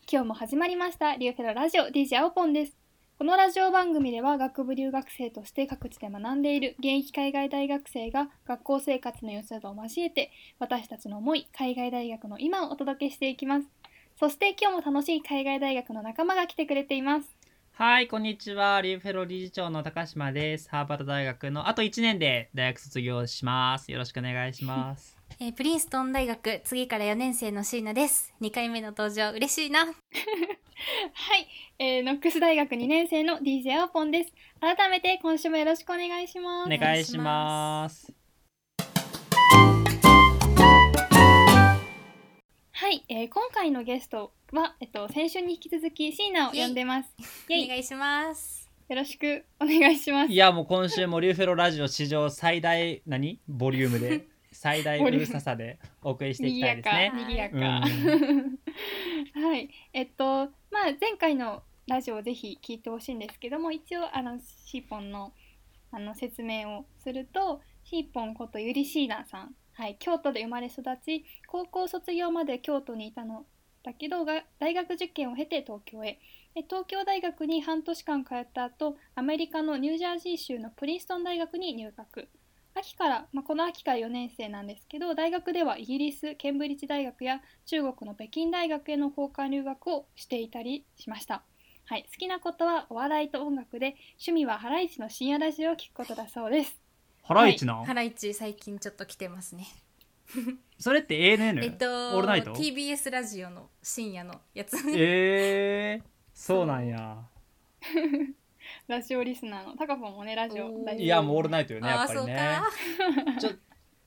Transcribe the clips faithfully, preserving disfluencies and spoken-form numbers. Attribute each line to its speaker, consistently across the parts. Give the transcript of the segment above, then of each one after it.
Speaker 1: 今日も始まりましたリューフェロラジオ ディージェー 青ポンです。このラジオ番組では学部留学生として各地で学んでいる現役海外大学生が学校生活の様子などを交えて私たちの思い、海外大学の今をお届けしていきます。そして今日も楽しい海外大学の仲間が来てくれています。
Speaker 2: はい、こんにちは。リューフェロ理事長の高島です。ハーバード大学のあといちねんで大学卒業します。よろしくお願いします。
Speaker 3: えー、プリンストン大学次からよねん生の椎名です。にかいめの登場嬉しいな。
Speaker 1: はい、えー、ノックス大学にねん生の ディージェー アーポンです。改めて今週もよろしくお願いします。
Speaker 2: お願いします。
Speaker 1: はい、えー、今回のゲストは、えっと、先週に引き続き椎名を呼んでます。
Speaker 3: お願いします。
Speaker 1: よろしくお願いします。
Speaker 2: いや、もう今週もリューフェロラジオ史上最大何ボリュームで最大うるささでお送りしていきたいですね。
Speaker 1: にぎやか、にぎやか。はい、えっとまあ前回のラジオをぜひ聞いてほしいんですけども、一応あのシーポンのあの説明をすると、シーポンことゆり椎名さん、はい、京都で生まれ育ち、高校卒業まで京都にいたのだけどが大学受験を経て東京へ。東京大学に半年間通った後、アメリカのニュージャージー州のプリンストン大学に入学。秋から、まあ、この秋からよねん生なんですけど、大学ではイギリスケンブリッジ大学や中国の北京大学への交換留学をしていたりしました。はい、好きなことはお笑いと音楽で、趣味はハライチの深夜ラジオを聞くことだそうです。
Speaker 2: ハライチな、はい、
Speaker 3: ハライチ最近ちょっと来てますね。
Speaker 2: それって エーエヌエヌ？
Speaker 3: えっと
Speaker 2: オールナイト
Speaker 3: ティービーエス ラジオの深夜のやつ。
Speaker 2: えー、そうなんや。
Speaker 1: ラジオリスナーのタカポンもね、ラジオ大
Speaker 2: 好き。いやもうオールナイトよね、やっぱりね。
Speaker 3: あ
Speaker 2: そうかちょ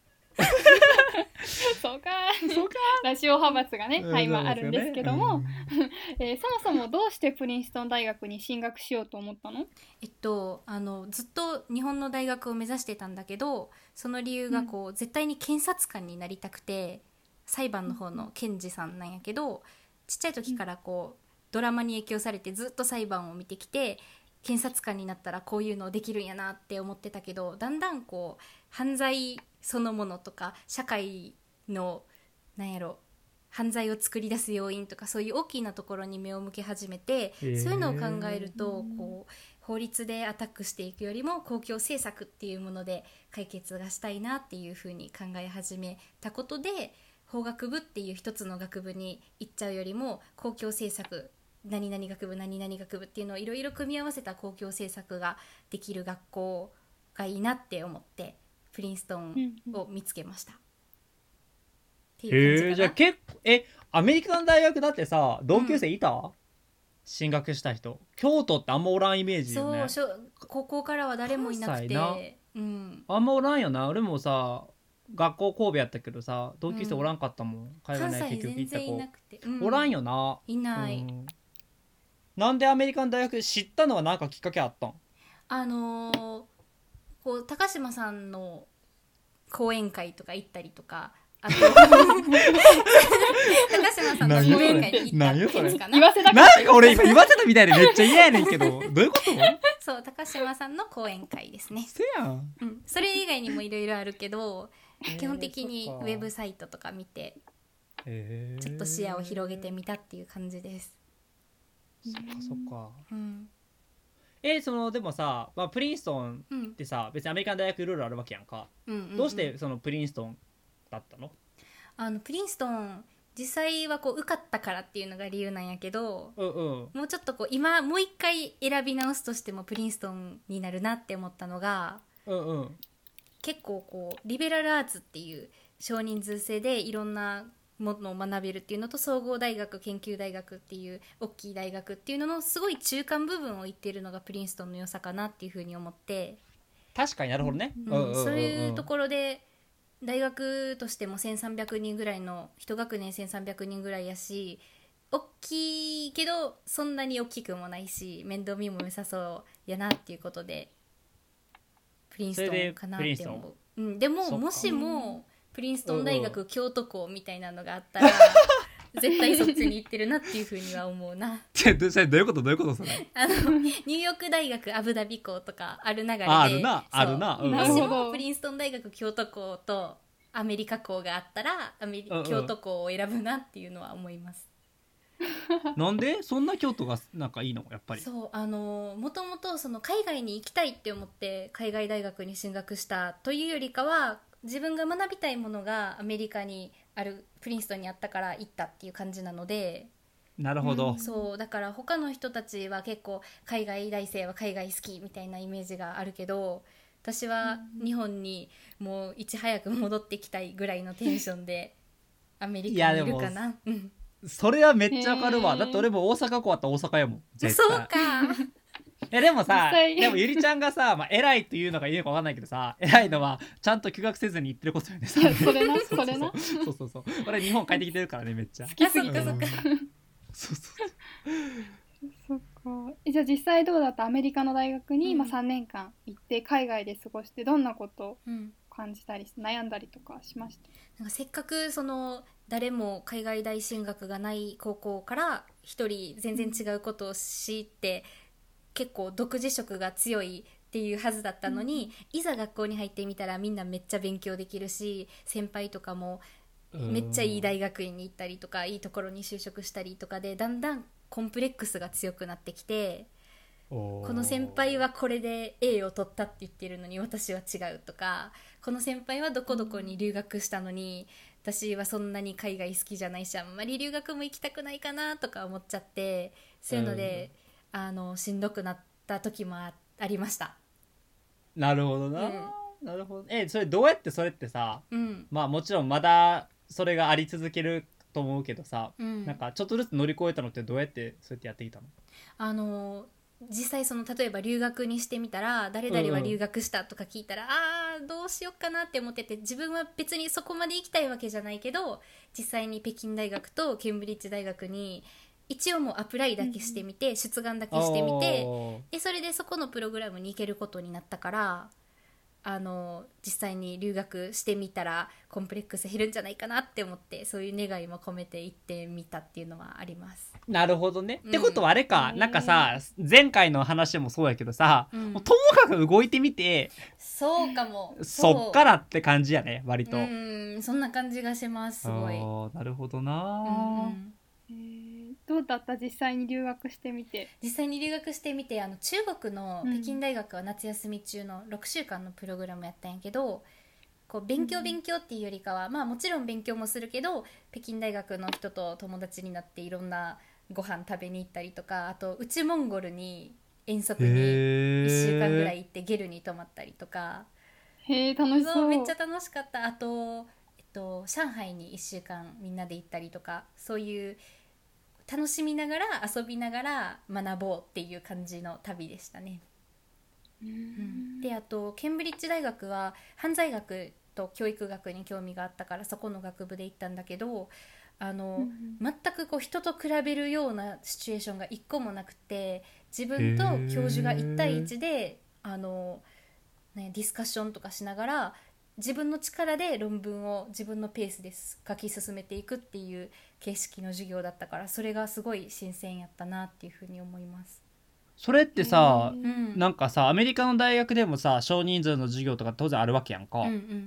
Speaker 1: そうかそうかラジオ派閥がね、うん、はい、今あるんですけども、うんえー、そもそもどうしてプリンストン大学に進学しようと思ったの？
Speaker 3: えっとあのずっと日本の大学を目指してたんだけど、その理由がこう、うん、絶対に検察官になりたくて、裁判の方の検事さんなんやけど、ちっちゃい時からこうドラマに影響されてずっと裁判を見てきて、検察官になったらこういうのできるんやなって思ってたけど、だんだんこう犯罪そのものとか社会のなんやろ犯罪を作り出す要因とか、そういう大きなところに目を向け始めて、そういうのを考えるとこう法律でアタックしていくよりも公共政策っていうもので解決がしたいなっていうふうに考え始めたことで、法学部っていう一つの学部に行っちゃうよりも、公共政策何々学部何々学部っていうのをいろいろ組み合わせた公共政策ができる学校がいいなって思ってプリンストンを見つけました、うんうん、
Speaker 2: へえ、じゃあ結構えアメリカの大学だってさ、同級生いた、うん、進学した人。京都ってあんまおらんイメージよね。
Speaker 3: そう高校からは誰もいなくて、うん、
Speaker 2: あんまおらんよな。俺もさ学校神戸やったけどさ、同級生おらんかったもん、うん、海外内結局行った子、いうん、おらんよな。
Speaker 3: いない、うん、
Speaker 2: なんでアメリカの大学で知ったのは何かきっかけあったん？
Speaker 3: あのー、こう高島さんの講演会とか行ったりとか、あと高島さんの講演会に行ったってやつかな。
Speaker 1: 言わせた
Speaker 2: なんか俺今言わせたみたいでめっちゃ嫌やねんけどどういうこと？
Speaker 3: そう高島さんの講演会ですね。
Speaker 2: せやん、
Speaker 3: うん、それ以外にもいろいろあるけど、基本的にウェブサイトとか見て、えー、ちょっと視野を広げてみたっていう感じです。
Speaker 2: そっかそっか、
Speaker 3: うん、
Speaker 2: えそのでもさ、まあ、プリンストンってさ、うん、別にアメリカの大学いろいろあるわけやんか、うんうんうん、どうしてそのプリンストンだったの？
Speaker 3: あのプリンストン実際はこう受かったからっていうのが理由なんやけど、
Speaker 2: うんうん、
Speaker 3: もうちょっとこう今もう一回選び直すとしてもプリンストンになるなって思ったのが、
Speaker 2: うんうん、
Speaker 3: 結構こうリベラルアーツっていう少人数制でいろんなものを学べるっていうのと、総合大学研究大学っていう大きい大学っていうののすごい中間部分を言っているのがプリンストンの良さかなっていうふうに思って。
Speaker 2: 確かになるほどね、
Speaker 3: うんうん、そういうところで大学としてもせんさんびゃくにんぐらいの一学年せんさんびゃくにんぐらいやし、大きいけどそんなに大きくもないし面倒見も良さそうやなっていうことでプリンストンかなって思う、うん、でももしもプリンストン大学京都校みたいなのがあったら絶対そっちに行ってるなっていうふうには思うな。
Speaker 2: どういうことどういうことそれ？
Speaker 3: あのニューヨーク大学アブダビ校とかある流れで、
Speaker 2: あるなあるな、
Speaker 3: うん、もしもプリンストン大学京都校とアメリカ校があったらアメリ、うんうん、京都校を選ぶなっていうのは思います。
Speaker 2: なんでそんな京都がなんかいいのやっぱり。
Speaker 3: そうあのもともとその海外に行きたいって思って海外大学に進学したというよりかは、自分が学びたいものがアメリカにあるプリンストンにあったから行ったっていう感じなので。
Speaker 2: なるほど、
Speaker 3: うん、そうだから他の人たちは結構海外大生は海外好きみたいなイメージがあるけど、私は日本にもういち早く戻ってきたいぐらいのテンションでアメリカにいるかな。
Speaker 2: それはめっちゃわかるわ。だって俺も大阪子あったら大阪やもん絶対。
Speaker 3: そうか
Speaker 2: えでもさでもゆりちゃんがさ、まあ、偉いっていうのがいいのか分かんないけどさ、偉いのはちゃんと休学せずに言ってることよね。
Speaker 1: それなそれな
Speaker 2: そうそうそう俺日本帰ってきてるからねめっちゃ
Speaker 3: 好きすぎて。そっか
Speaker 2: そうそう
Speaker 1: そっか。じゃあ実際どうだった？アメリカの大学に、
Speaker 3: うん
Speaker 1: まあ、さんねんかん行って海外で過ごしてどんなことを
Speaker 3: うん
Speaker 1: 感じたり悩んだりとかしました？
Speaker 3: なんかせっかくその誰も海外大進学がない高校から一人全然違うことを知って結構独自色が強いっていうはずだったのに、うん、いざ学校に入ってみたらみんなめっちゃ勉強できるし、先輩とかもめっちゃいい大学院に行ったりとかいいところに就職したりとかでだんだんコンプレックスが強くなってきて、この先輩はこれで A を取ったって言ってるのに私は違うとか、この先輩はどこどこに留学したのに私はそんなに海外好きじゃないしあんまり留学も行きたくないかなとか思っちゃって、そういうので、うん、あのしんどくなった時も あ, ありました。
Speaker 2: なるほどな、うん、なるほど。えそれどうやってそれってさ、
Speaker 3: うん、
Speaker 2: まあもちろんまだそれがあり続けると思うけどさ、
Speaker 3: うん、
Speaker 2: なんかちょっとずつ乗り越えたのってどうやってそうやってやってきたの？
Speaker 3: あの実際その例えば留学にしてみたら誰々は留学したとか聞いたら、うん、あーどうしよっかなって思ってて、自分は別にそこまで行きたいわけじゃないけど実際に北京大学とケンブリッジ大学に一応もうアプライだけしてみて、うん、出願だけしてみて、でそれでそこのプログラムに行けることになったから、あの実際に留学してみたらコンプレックス減るんじゃないかなって思って、そういう願いも込めて行ってみたっていうのはあります。
Speaker 2: なるほどね、うん、ってことはあれか、
Speaker 1: うん、
Speaker 2: なんかさ前回の話もそうやけどさ、うん、もうともかく動いてみて
Speaker 3: そうかも
Speaker 2: そ, そっからって感じやね割と。
Speaker 3: うんそんな感じがします。すごい。
Speaker 2: あなるほどな、
Speaker 1: うんえー、どうだった実際に留学してみて？
Speaker 3: 実際に留学してみてあの中国の北京大学は夏休み中のろくしゅうかんのプログラムやったんやけど、こう勉強勉強っていうよりかは、うん、まあもちろん勉強もするけど北京大学の人と友達になっていろんなご飯食べに行ったりとか、あと内モンゴルに遠足にいっしゅうかんぐらい行ってゲルに泊まったりとか。
Speaker 1: へー楽しそう。
Speaker 3: めっちゃ楽しかった。あと、えっと、上海にいっしゅうかんみんなで行ったりとか、そういう楽しみながら遊びながら学ぼうっていう感じの旅でしたね。うん、であとケンブリッジ大学は犯罪学と教育学に興味があったからそこの学部で行ったんだけど、あの、うん、全くこう人と比べるようなシチュエーションが一個もなくて、自分と教授がいち対いちであの、ね、ディスカッションとかしながら自分の力で論文を自分のペースで書き進めていくっていう形式の授業だったから、それがすごい新鮮やったなっていうふうに思います。
Speaker 2: それってさ、なんかさアメリカの大学でもさ少人数の授業とか当然あるわけやんか、
Speaker 3: うんうん、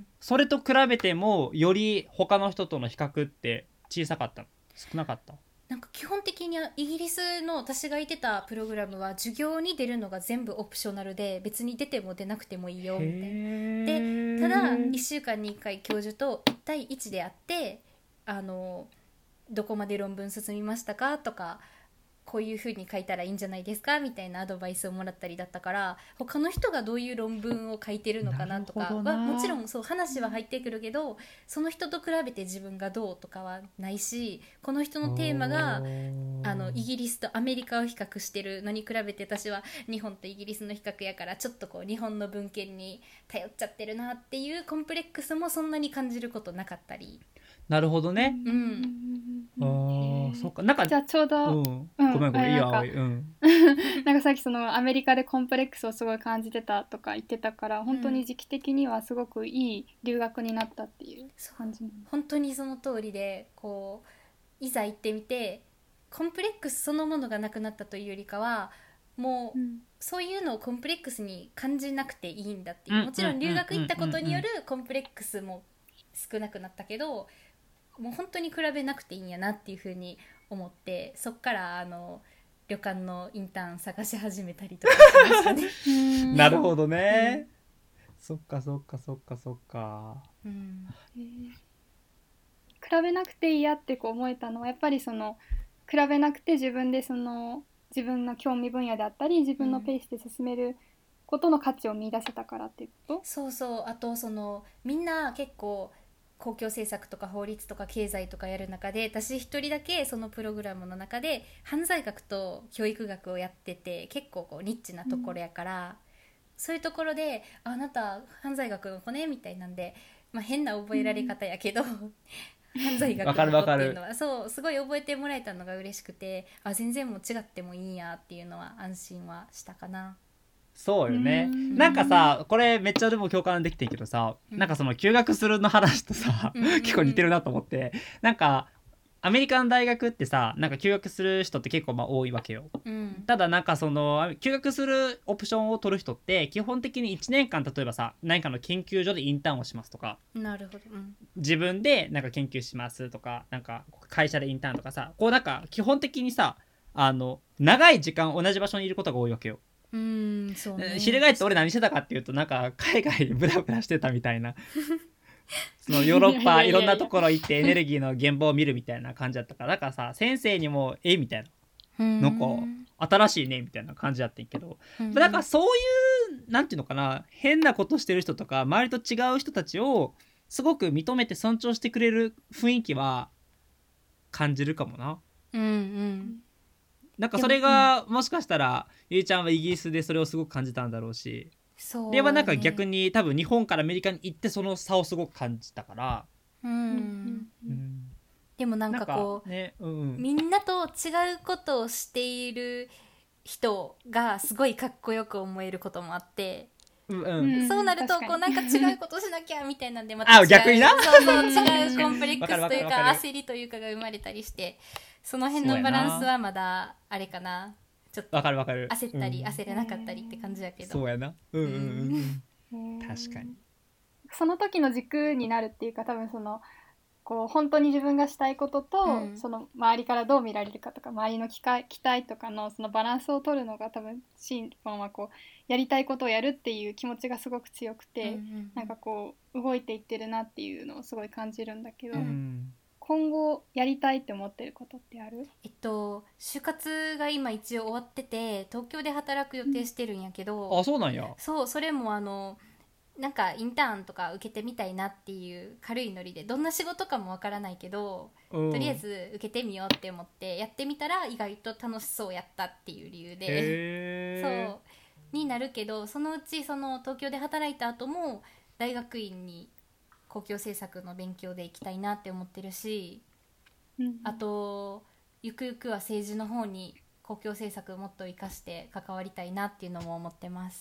Speaker 2: それと比べてもより他の人との比較って小さかったの？少なかった？
Speaker 3: なんか基本的にイギリスの私がいてたプログラムは授業に出るのが全部オプショナルで、別に出ても出なくてもいいよみたいな。でただいっしゅうかんにいっかい教授といち対いちで会って、あのどこまで論文進みましたかとか、こういう風に書いたらいいんじゃないですかみたいなアドバイスをもらったりだったから、他の人がどういう論文を書いてるのかなとかはもちろんそう話は入ってくるけど、その人と比べて自分がどうとかはないし、この人のテーマがあのイギリスとアメリカを比較してるのに比べて私は日本とイギリスの比較やからちょっとこう日本の文献に頼っちゃってるなっていうコンプレックスもそんなに感じることなかったり。
Speaker 2: なるほどね。
Speaker 3: うん、
Speaker 2: ああ、そうか。なんか
Speaker 1: じゃあちょうど、
Speaker 2: うん、ごめんごめんいいよ、うん、
Speaker 1: なんかさっきそのアメリカでコンプレックスをすごい感じてたとか言ってたから、本当に時期的にはすごくいい留学になったっていう感じなの？
Speaker 3: 本当にその通りで、こういざ行ってみてコンプレックスそのものがなくなったというよりかは、もう、うん、そういうのをコンプレックスに感じなくていいんだっていう、もちろん留学行ったことによるコンプレックスも少なくなったけど、 もう本当に比べなくていいんやなっていう風に思って、そっからあの旅館のインターン探し始めたりとかしましたね
Speaker 2: なるほどね、うん、そっかそっかそっかそっか、
Speaker 3: うん、
Speaker 1: えー、比べなくていいやってこう思えたのはやっぱりその比べなくて自分でその自分の興味分野であったり自分のペースで進めることの価値を見出せたからっていうこと、うん、
Speaker 3: そうそう。あとそのみんな結構公共政策とか法律とか経済とかやる中で、私一人だけそのプログラムの中で犯罪学と教育学をやってて、結構こうニッチなところやから、うん、そういうところで あ, あなた犯罪学の子ねみたいなんで、まあ、変な覚えられ方やけど、うん、犯罪学の子っていうのはそうすごい覚えてもらえたのが嬉しくて、あ全然もう違ってもいいんやっていうのは安心はしたかな。
Speaker 2: そうよね。なんかさ、これめっちゃでも共感できてんけどさ、うん、なんかその休学するの話とさ、うんうんうん、結構似てるなと思って、なんかアメリカの大学ってさ、なんか休学する人って結構まあ多いわけよ、うん、ただなんかその休学するオプションを取る人って基本的にいちねんかん例えばさ何かの研究所でインターンをしますとか、
Speaker 3: なるほど、うん、
Speaker 2: 自分でなんか研究しますとか、なんか会社でインターンとかさ、こうなんか基本的にさあの長い時間同じ場所にいることが多いわけよ。
Speaker 3: うーん、そうね。
Speaker 2: 翻って俺何してたかっていうと、なんか海外でブラブラしてたみたいなそのヨーロッパいろんなところ行ってエネルギーの現場を見るみたいな感じだったから、だからさ先生にもえみたいな、なんか新しいねみたいな感じだったんけど、だからそういうなんていうのかな、変なことしてる人とか周りと違う人たちをすごく認めて尊重してくれる雰囲気は感じるかもな。
Speaker 3: うんうん。
Speaker 2: なんかそれが、うん、もしかしたらゆいちゃんはイギリスでそれをすごく感じたんだろうし、
Speaker 3: そう、ね、
Speaker 2: ではなんか逆に多分日本からアメリカに行ってその差をすごく感じたから、
Speaker 3: うん、うん、でもなんかこう、
Speaker 2: ね、うん、
Speaker 3: みんなと違うことをしている人がすごいかっこよく思えることもあって、うんうん、そうなるとこうなんか違うことしなきゃみたいなんでまた違う、
Speaker 2: あ逆にな
Speaker 3: そうそう違うコンプレックスというか焦りというかが生まれたりして、その辺のバランスはまだあれかな、ちょっと焦ったり焦れなかったりって感じやけど、
Speaker 2: そうやな、うんうんうん、確かに
Speaker 1: その時の軸になるっていうか、多分そのこう本当に自分がしたいことと、うん、その周りからどう見られるかとか周りの期待、期待とかのそのバランスを取るのが多分シンポンはこうやりたいことをやるっていう気持ちがすごく強くて、うんうんうん、なんかこう動いていってるなっていうのをすごい感じるんだけど、うん、今後やりたいって思ってることってある？
Speaker 3: えっと就活が今一応終わってて東京で働く予定してるんやけど、
Speaker 2: うん、あそうなんや。
Speaker 3: そう、それもあのなんかインターンとか受けてみたいなっていう軽いノリで、どんな仕事かもわからないけど、うん、とりあえず受けてみようって思ってやってみたら意外と楽しそうやったっていう理由でそうになるけど、そのうちその東京で働いた後も大学院に公共政策の勉強で行きたいなって思ってるし、うん、あとゆくゆくは政治の方に公共政策もっと生かして関わりたいなっていうのも思ってます。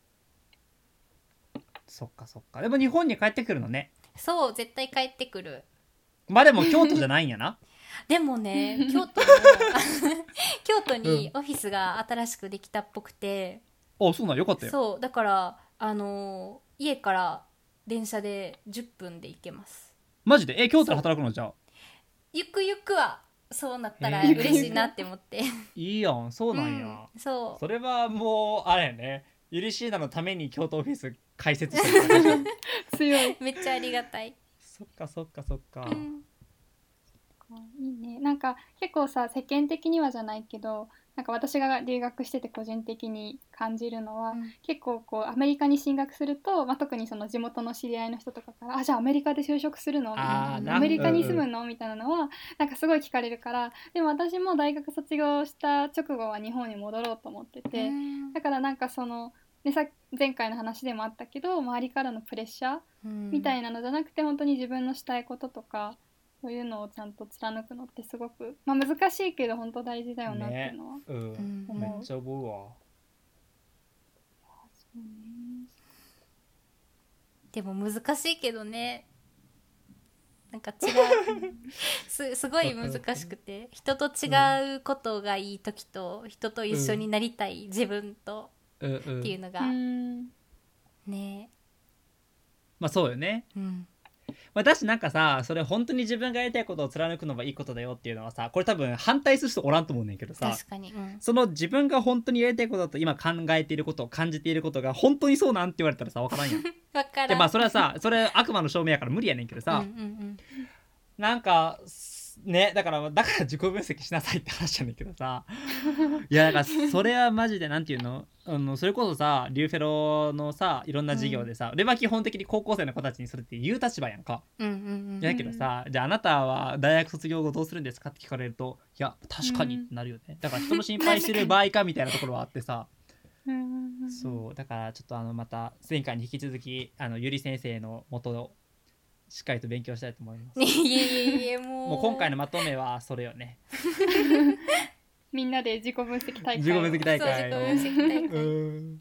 Speaker 2: そっかそっか。でも日本に帰ってくるのね。
Speaker 3: そう、絶対帰ってくる。
Speaker 2: まあでも京都じゃないんやな
Speaker 3: でもね京都の京都にオフィスが新しくできたっぽくて、
Speaker 2: うん、あ、そうなん、よかったよ。
Speaker 3: そうだからあのー、家から電車でじゅっぷんで行けます。
Speaker 2: マジで？え、京都で働くの？じゃあ
Speaker 3: ゆくゆくはそうなったら嬉しいなって思って
Speaker 2: いいやん、そうなんや、うん、
Speaker 3: そう。
Speaker 2: それはもうあれやね、ゆりしーなのために京都オフィス開設してる
Speaker 3: 強いめっちゃありがたい。
Speaker 2: そっかそっかそっか、うん、
Speaker 1: いいね。なんか結構さ世間的にはじゃないけど、なんか私が留学してて個人的に感じるのは、うん、結構こうアメリカに進学すると、まあ、特にその地元の知り合いの人とかからあじゃあアメリカで就職するのみたいな、アメリカに住むの、うん、みたいなのはなんかすごい聞かれるから、でも私も大学卒業した直後は日本に戻ろうと思ってて、うん、だからなんかそのでさ前回の話でもあったけど周りからのプレッシャーみたいなのじゃなくて、本当に自分のしたいこととかそういうのをちゃんと貫くのってすごく、まあ、難しいけど本当大事だよなっていうのは、ね、うん、
Speaker 2: めっちゃ思うわ。
Speaker 3: そうね、でも難しいけどね、なんか違うす, すごい難しくて、人と違うことがいい時と、人と一緒になりたい自分と、うん、っていうのが、うん、ね。
Speaker 2: まあそうよね、
Speaker 3: うん、
Speaker 2: 私なんかさ、それ本当に自分がやりたいことを貫くのはいいことだよっていうのはさ、これ多分反対する人おらんと思うねんけどさ、
Speaker 3: 確かに、うん、
Speaker 2: その自分が本当にやりたいことだと今考えていることを感じていることが本当にそうなんって言われたらさ、分からんやん。
Speaker 3: 分からん。
Speaker 2: でまあそれはさ、それ悪魔の証明やから無理やねんけどさ、
Speaker 3: うんうんうん、
Speaker 2: なんかね、だからだから自己分析しなさいって話なんだけどさいやだからそれはマジでなんていうの、あのそれこそさリューフェロのさいろんな授業でさ、うん、俺は基本的に高校生の子たちにそれって言う立場やんか、
Speaker 3: うんうんうん、
Speaker 2: だけどさ、じゃああなたは大学卒業後どうするんですかって聞かれると、いや確かにってなるよね。だから人の心配してる場合かみたいなところはあってさそうだからちょっとあのまた前回に引き続きあのゆり先生の元のしっかりと勉強したいと思います。
Speaker 3: いえいえいえ、もう
Speaker 2: もう今回のまとめはそれよね
Speaker 1: みんなで自己分析大会
Speaker 2: 自己分析大会
Speaker 3: そう自己分析大会
Speaker 2: うん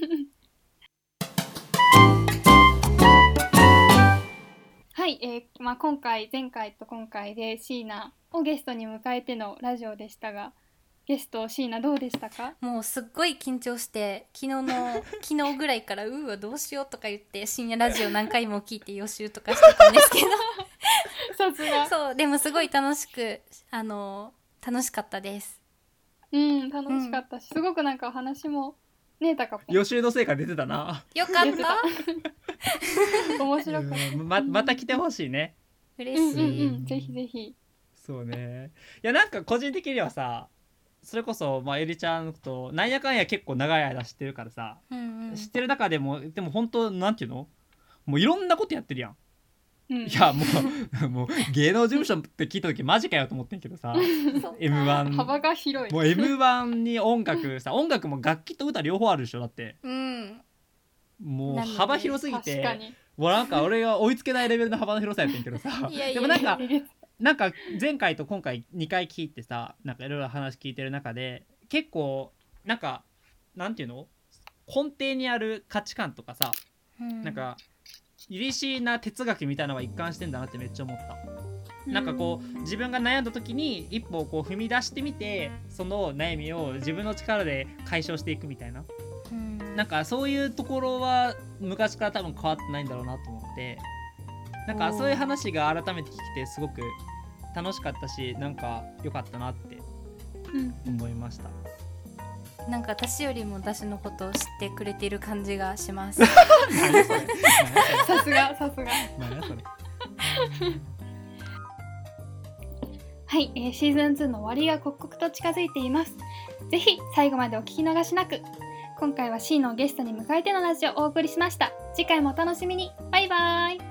Speaker 1: はい、えーまあ、今回前回と今回で椎名をゲストに迎えてのラジオでしたが、ゲスト椎名どうでしたか？
Speaker 3: もうすっごい緊張して、昨日の昨日ぐらいからうーわどうしようとか言って深夜ラジオ何回も聞いて予習とかしてたんですけど
Speaker 1: さすが。
Speaker 3: そうでもすごい楽しくあの楽しかったです。
Speaker 1: うん楽しかったし、うん、すごくなんか話もねたか
Speaker 2: 予習の成果出てたな。
Speaker 3: よかった
Speaker 1: 面白かった。
Speaker 2: ま, また来てほしいね。
Speaker 3: 嬉しい、
Speaker 1: うんうんうん、ぜひぜひ。
Speaker 2: そうね。いやなんか個人的にはさ、それこそまあエリちゃんとなんやかんや結構長い間知ってるからさ、うんうん、知ってる中でもでも本当なんていうの、もういろんなことやってるやん、うん、いやもうもう芸能事務所って聞いた時マジかよと思ってんけどさエムワン
Speaker 1: 幅が広い。
Speaker 2: もう エムワン に音楽さ音楽も楽器と歌両方あるでしょ。だって、うん、もう幅広すぎてもうなんか俺が追いつけないレベルの幅の広さやってんけどさ
Speaker 3: いやいやいや
Speaker 2: でもなんかなんか前回と今回にかい聞いてさ、なんかいろいろ話聞いてる中で結構なんかなんていうの根底にある価値観とかさ、うん、なんか凛々しいな哲学みたいなのが一貫してんだなってめっちゃ思った。うん、なんかこう自分が悩んだ時に一歩こう踏み出してみてその悩みを自分の力で解消していくみたいな、うん、なんかそういうところは昔から多分変わってないんだろうなと思って、なんかそういう話が改めて聞いてすごく楽しかったし、なんか良かったなって思いました。
Speaker 3: うん、なんか私よりも私のことを知ってくれている感じがします。
Speaker 1: さすがさすが。はい、えー、シーズンツーの終わりが刻々と近づいています。ぜひ最後までお聞き逃しなく。今回は C のゲストに迎えてのラジオをお送りしました。次回もお楽しみに。バイバイ。